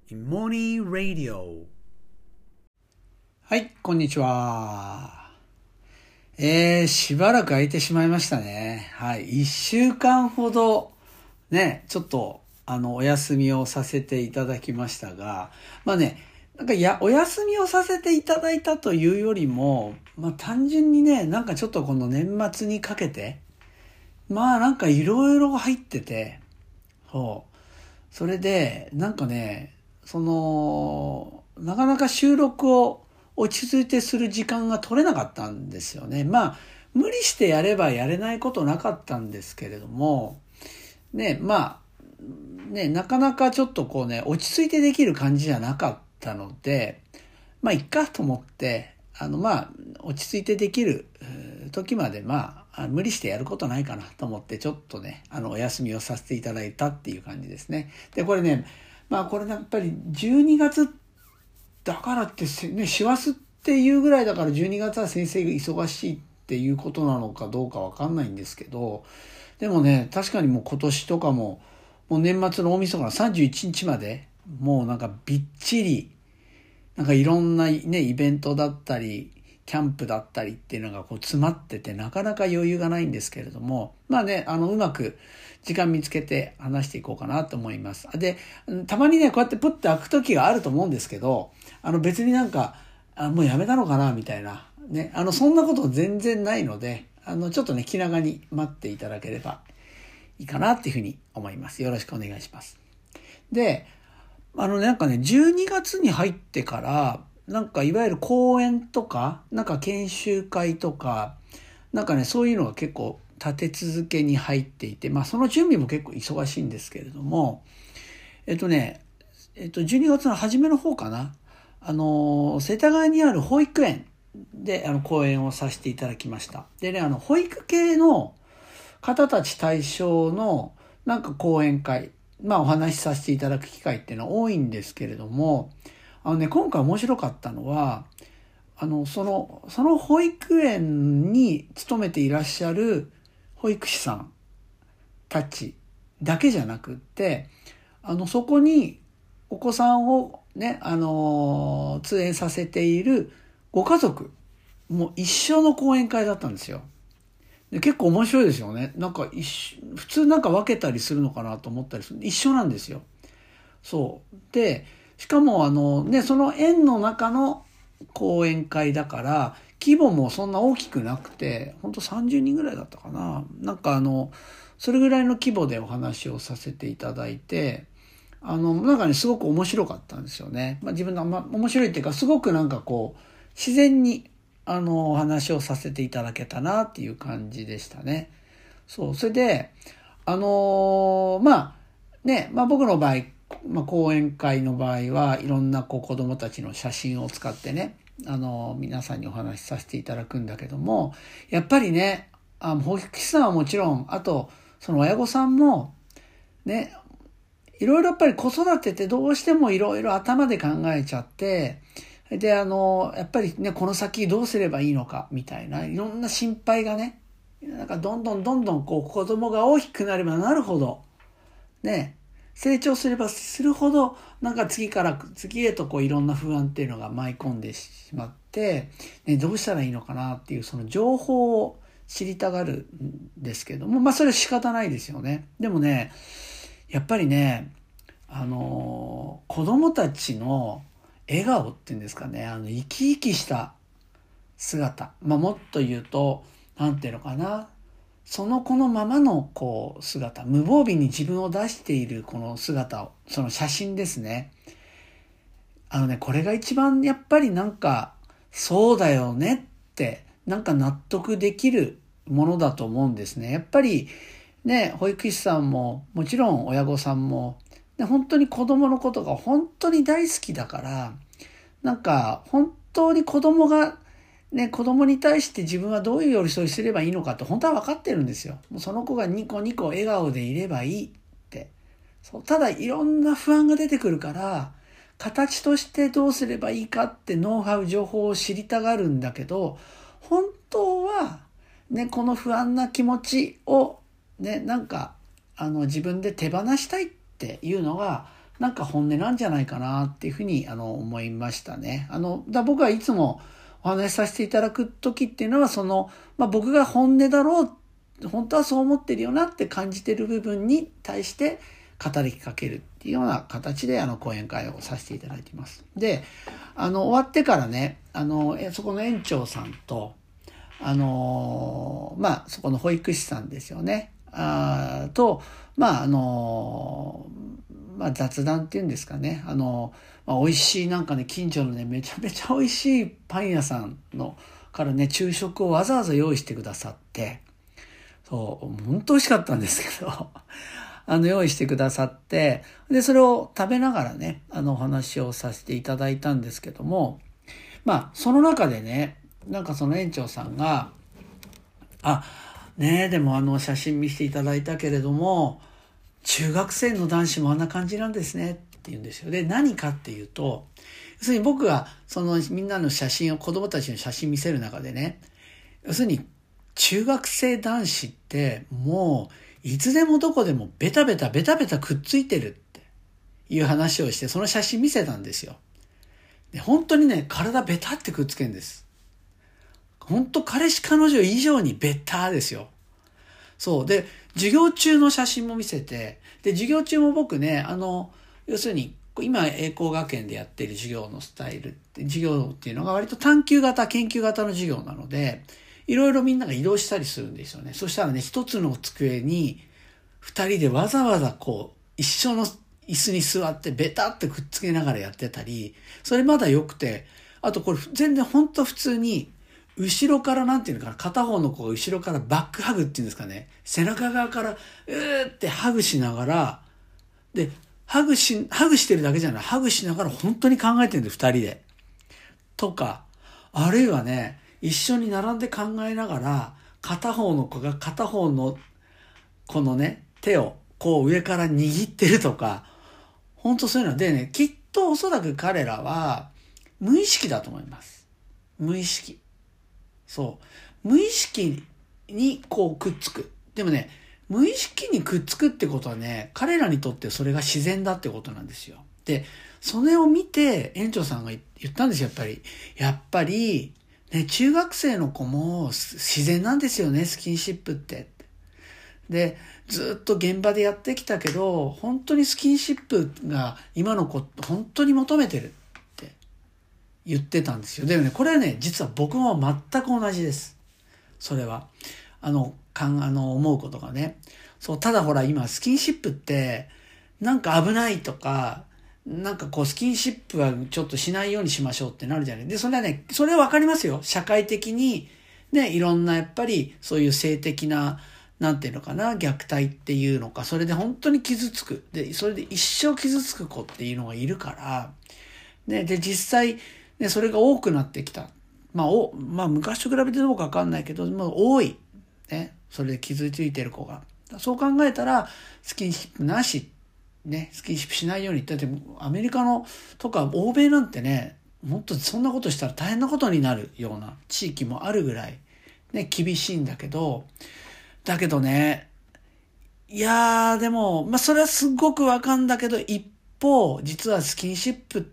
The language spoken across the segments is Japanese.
モーニングラディオ。はい、こんにちは。しばらく空いてしまいましたね。はい、一週間ほどね、ちょっとお休みをさせていただきましたが、まあね、お休みをさせていただいたというよりも、単純にね、ちょっとこの年末にかけて、いろいろ入ってて、それで、なかなか収録を落ち着いてする時間が取れなかったんですよね。無理してやればやれないことなかったんですけれども、なかなかちょっと落ち着いてできる感じじゃなかったので、いっかと思って、落ち着いてできる時まで、無理してやることないかなと思って、ちょっとね、お休みをさせていただいたっていう感じですね。で、これね、これやっぱり12月だからってね、師走っていうぐらいだから12月は先生が忙しいっていうことなのかどうかわかんないんですけど、でもね、確かにもう今年とかもう年末の大晦日の31日まで、もうびっちり、いろんなね、イベントだったり、キャンプだったりっていうのが詰まってて、なかなか余裕がないんですけれども、うまく時間見つけて話していこうかなと思います。で、たまにね、こうやってプッと開く時があると思うんですけど、別にもうやめたのかなみたいな、ね、そんなこと全然ないので、ちょっとね、気長に待っていただければいいかなっていうふうに思います。よろしくお願いします。で、12月に入ってから、いわゆる講演とか、研修会とか、そういうのが結構立て続けに入っていて、その準備も結構忙しいんですけれども、12月の初めの方かな、世田谷にある保育園で講演をさせていただきました。でね、保育系の方たち対象の講演会、お話しさせていただく機会っていうのは多いんですけれども、今回面白かったのは、その保育園に勤めていらっしゃる保育士さんたちだけじゃなくって、そこにお子さんをね、通園させているご家族も一緒の講演会だったんですよ。で結構面白いですよね。普通分けたりするのかなと思ったりする。一緒なんですよ。そう。で、しかもその園の中の講演会だから、規模もそんな大きくなくて、ほんと30人ぐらいだったかな。それぐらいの規模でお話をさせていただいて、すごく面白かったんですよね。自分の面白いっていうか、すごく自然にお話をさせていただけたなっていう感じでしたね。そう。それで、僕の場合、講演会の場合はいろんな子供たちの写真を使ってね、皆さんにお話しさせていただくんだけども、やっぱりね、保育士さんはもちろん、あと、その親御さんも、ね、いろいろやっぱり子育てってどうしてもいろいろ頭で考えちゃって、で、やっぱりね、この先どうすればいいのか、みたいな、いろんな心配がね、どんどん子供が大きくなればなるほど、ね、成長すればするほど、次から次へといろんな不安っていうのが舞い込んでしまって、ね、どうしたらいいのかなっていうその情報を知りたがるんですけども、それは仕方ないですよね。でもね、やっぱりね、子供たちの笑顔っていうんですかね、生き生きした姿。もっと言うと、なんていうのかな。その子のままの姿、無防備に自分を出しているこの姿を、その写真ですね。これが一番やっぱりそうだよねって納得できるものだと思うんですね。やっぱりね、保育士さんももちろん親御さんも、本当に子供のことが本当に大好きだから、本当に子供に対して自分はどういう寄り添いすればいいのかって本当は分かってるんですよ。もうその子がニコニコ笑顔でいればいいって。そう、ただいろんな不安が出てくるから、形としてどうすればいいかってノウハウ、情報を知りたがるんだけど、本当は、ね、この不安な気持ちを、ね、自分で手放したいっていうのがなんか本音なんじゃないかなっていうふうに思いましたね。僕はいつもお話しさせていただく時っていうのは僕が本音だろう、本当はそう思ってるよなって感じてる部分に対して語りかけるっていうような形で講演会をさせていただいています。で、終わってからね、そこの園長さんと、そこの保育士さんですよね。雑談っていうんですかね。美味しいなんかね、近所のね、めちゃめちゃ美味しいパン屋さんからね、昼食をわざわざ用意してくださって、そう、本当美味しかったんですけど、用意してくださって、で、それを食べながらね、お話をさせていただいたんですけども、その中でね、なんかその園長さんが、でも写真見せていただいたけれども、中学生の男子もあんな感じなんですねって言うんですよ。で、何かっていうと、要するに僕がみんなの写真を、子供たちの写真見せる中でね、要するに中学生男子ってもういつでもどこでもベタベタくっついてるっていう話をして、その写真見せたんですよ。で、本当にね、体ベタってくっつけるんです。本当彼氏彼女以上にベタですよ。そう。で、授業中の写真も見せて、で、授業中も僕ね、要するに、今、栄光学園でやっている授業のスタイルって、授業っていうのが割と探究型、研究型の授業なので、いろいろみんなが移動したりするんですよね。そしたらね、一つの机に、二人でわざわざ一緒の椅子に座ってベタってくっつけながらやってたり、それまだ良くて、あとこれ全然本当普通に、後ろからなんていうのかな、片方の子が後ろからバックハグっていうんですかね、背中側からってハグしながら、で、ハグしてるだけじゃない、ハグしながら本当に考えてるんです、二人で。とか、あるいはね、一緒に並んで考えながら、片方の子が片方のこのね、手を上から握ってるとか、本当そういうのでね、きっとおそらく彼らは無意識だと思います。無意識。そう。無意識にくっつく。でもね、無意識にくっつくってことはね、彼らにとってそれが自然だってことなんですよ。で、それを見て園長さんが言ったんですよ、やっぱり、ね、中学生の子も自然なんですよね、スキンシップって。で、ずっと現場でやってきたけど、本当にスキンシップが今の子本当に求めてるって言ってたんですよ。でもね、これはね、実は僕も全く同じです。それは。思うことがね。そう、ただほら今スキンシップってなんか危ないとか、なんかスキンシップはちょっとしないようにしましょうってなるじゃない。で、それはね、それはわかりますよ。社会的にね、いろんなやっぱりそういう性的ななんていうのかな、虐待っていうのか、それで本当に傷つく。で、それで一生傷つく子っていうのがいるから、ね、で、実際、ね、それが多くなってきた。昔と比べてどうかわかんないけど、多い。ね、それで傷ついてる子が。そう考えたら、スキンシップなし、ね、スキンシップしないように。だって、アメリカのとか、欧米なんてね、もっとそんなことしたら大変なことになるような地域もあるぐらい、ね、厳しいんだけどね、いやーでも、それはすごくわかんだけど、一方、実はスキンシップって、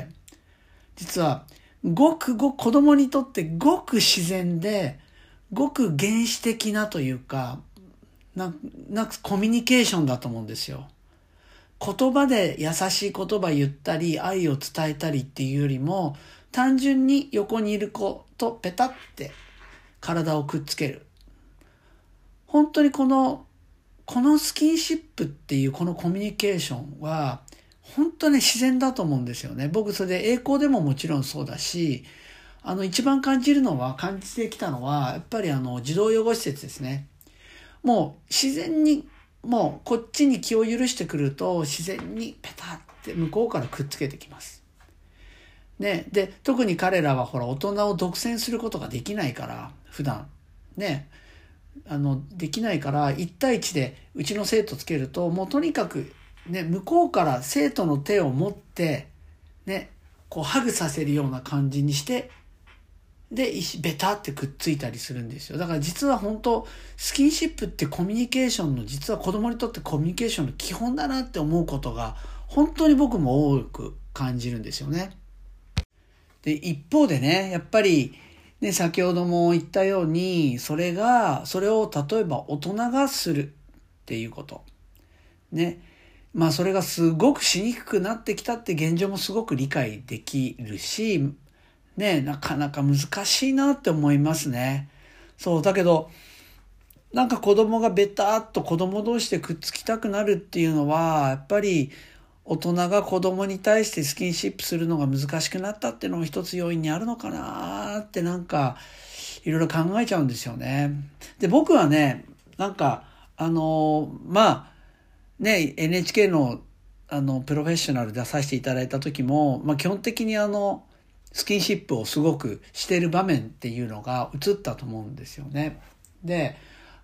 実は、子供にとってごく自然で、ごく原始的なというか、コミュニケーションだと思うんですよ。言葉で優しい言葉言ったり、愛を伝えたりっていうよりも、単純に横にいる子とペタって体をくっつける。本当にこのスキンシップっていうこのコミュニケーションは、本当に自然だと思うんですよね。僕それで栄光でももちろんそうだし、一番感じてきたのは、やっぱり児童養護施設ですね。もう自然に、もうこっちに気を許してくると、自然にペタって向こうからくっつけてきます。ね。で、特に彼らはほら、大人を独占することができないから、普段。ね。できないから、1対1でうちの生徒つけると、もうとにかく、ね、向こうから生徒の手を持って、ね、ハグさせるような感じにして、で、ベタってくっついたりするんですよ。だから実は本当、スキンシップってコミュニケーションの、実は子供にとってコミュニケーションの基本だなって思うことが本当に僕も多く感じるんですよね。で、一方でね、やっぱり、ね、先ほども言ったように、それを例えば大人がするっていうこと。ね。まあそれがすごくしにくくなってきたって現状もすごく理解できるし、ね、なかなか難しいなって思いますね。そう、だけど、なんか子供がベターっと子供同士でくっつきたくなるっていうのは、やっぱり大人が子供に対してスキンシップするのが難しくなったっていうのも一つ要因にあるのかなってなんかいろいろ考えちゃうんですよね。で、僕はね、なんか、まあ、ね、NHK のプロフェッショナル出させていただいた時も、まあ基本的にスキンシップをすごくしている場面っていうのが映ったと思うんですよね。で、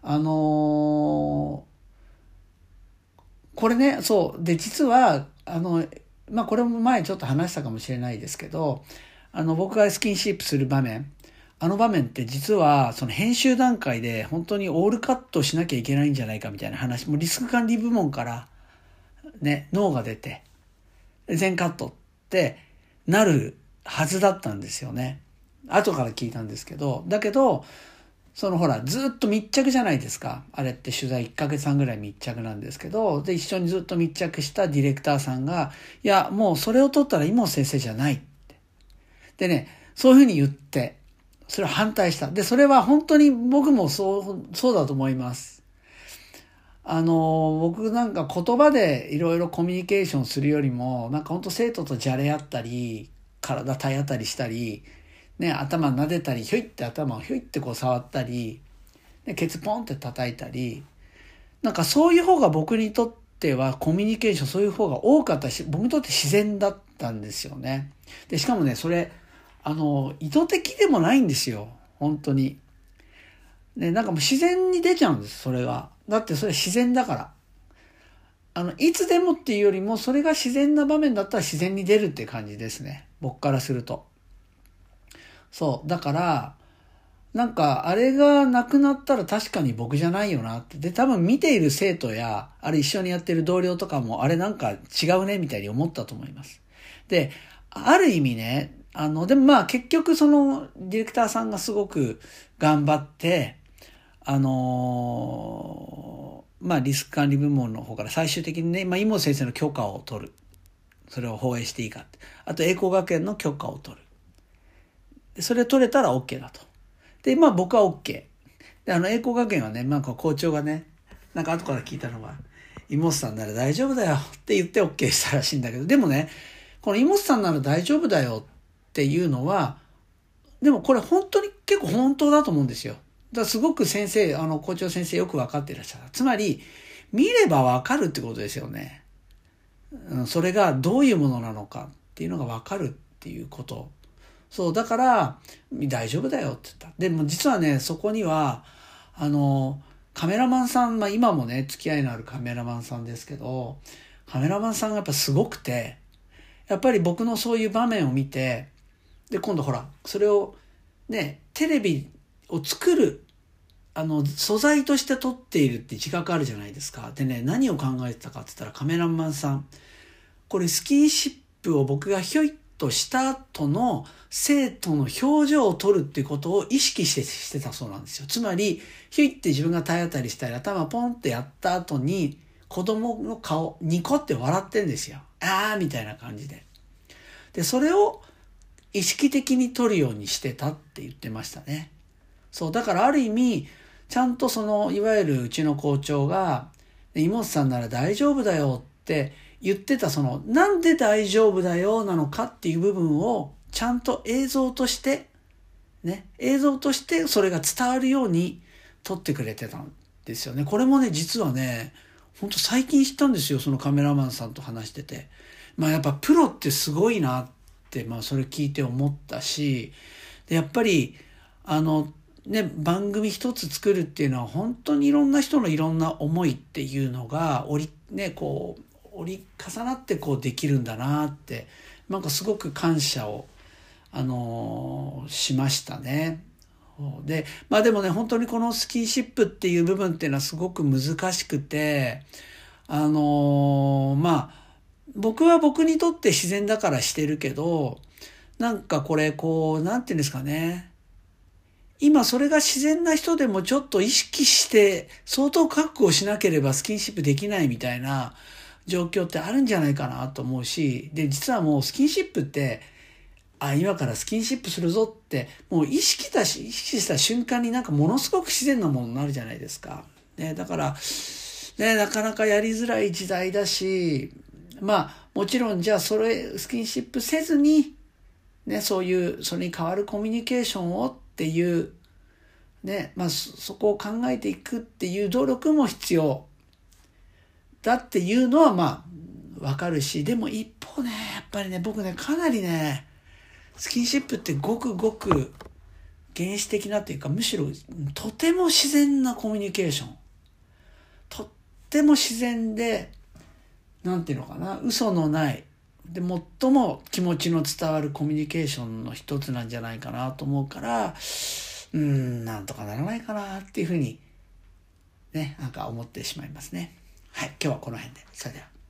これね、そう。で、実は、まあ、これも前ちょっと話したかもしれないですけど、僕がスキンシップする場面、あの場面って実は、その編集段階で本当にオールカットしなきゃいけないんじゃないかみたいな話、もうリスク管理部門からね、ノーが出て、全カットってなるはずだったんですよね。後から聞いたんですけど、だけど、ほら、ずっと密着じゃないですか。あれって取材1ヶ月半ぐらい密着なんですけど、で、一緒にずっと密着したディレクターさんが、いや、もうそれを取ったら妹先生じゃないって。でね、そういうふうに言って、それを反対した。で、それは本当に僕もそうだと思います。僕なんか言葉でいろいろコミュニケーションするよりも、なんか本当生徒とじゃれ合ったり、体体当たりしたり、ね、頭撫でたり、ひょいって頭をひょいってこう触ったり、ね、ケツポンって叩いたり、なんかそういう方が僕にとってはコミュニケーションそういう方が多かったし、僕にとって自然だったんですよね。で、しかもね、それ、意図的でもないんですよ。本当に。ね、なんかもう自然に出ちゃうんです、それが。だってそれ自然だから。いつでもっていうよりも、それが自然な場面だったら自然に出るって感じですね。僕からすると。そう。だから、なんか、あれがなくなったら確かに僕じゃないよなって。で、多分見ている生徒や、あれ一緒にやってる同僚とかも、あれなんか違うねみたいに思ったと思います。で、ある意味ね、でもまあ結局そのディレクターさんがすごく頑張って、まあリスク管理部門の方から最終的にね、まあ妹先生の許可を取る。それを放映していいかって。あと栄光学園の許可を取る。でそれ取れたら OK だと。で、まあ僕は OK。で、栄光学園はね、なんか校長がね、なんか後から聞いたのは、妹さんなら大丈夫だよって言って OK したらしいんだけど、でもね、この妹さんなら大丈夫だよっていうのは、でもこれ本当に結構本当だと思うんですよ。だからすごく先生、校長先生よくわかっていらっしゃる。つまり、見ればわかるってことですよね。それがどういうものなのかっていうのがわかるっていうこと。そう、だから、大丈夫だよって言った。でも実はね、そこには、カメラマンさん、まあ今もね、付き合いのあるカメラマンさんですけど、カメラマンさんがやっぱすごくて、やっぱり僕のそういう場面を見て、で、今度ほら、それをね、テレビを作る、素材として撮っているって自覚あるじゃないですか。でね、何を考えてたかって言ったらカメラマンさん、これスキンシップを僕がひょいっとした後の生徒の表情を撮るっていうことを意識してたそうなんですよ。つまり、ひょいって自分が体当たりしたり頭ポンってやった後に子供の顔、ニコって笑ってんですよ。あーみたいな感じで。で、それを意識的に撮るようにしてたって言ってましたね。そう、だからある意味、ちゃんといわゆるうちの校長が、妹さんなら大丈夫だよって言ってたなんで大丈夫だよなのかっていう部分を、ちゃんと映像として、ね、映像としてそれが伝わるように撮ってくれてたんですよね。これもね、実はね、ほんと最近知ったんですよ、そのカメラマンさんと話してて。まあやっぱプロってすごいなって、まあそれ聞いて思ったし、で、やっぱり、ね、番組一つ作るっていうのは本当にいろんな人のいろんな思いっていうのが折り重なってできるんだなって、なんかすごく感謝を、しましたね。で、まあでもね、本当にこのスキンシップっていう部分っていうのはすごく難しくて、まあ、 僕は僕にとって自然だからしてるけど、なんかこれなんていうんですかね。今それが自然な人でもちょっと意識して相当覚悟しなければスキンシップできないみたいな状況ってあるんじゃないかなと思うし、で、実はもうスキンシップって、今からスキンシップするぞって、もう意識した瞬間になんかものすごく自然なものになるじゃないですか。ね、だから、ね、なかなかやりづらい時代だし、もちろんじゃあスキンシップせずに、ね、そういう、それに代わるコミュニケーションをっていう、ね、そこを考えていくっていう努力も必要だっていうのはわかるし、でも一方ね、やっぱりね、僕ね、かなりね、スキンシップってごくごく原始的なというか、むしろとても自然なコミュニケーション。とっても自然で、なんていうのかな、嘘のない、で、最も気持ちの伝わるコミュニケーションの一つなんじゃないかなと思うから、なんとかならないかなっていうふうにね、なんか思ってしまいますね。はい、今日はこの辺で。それでは。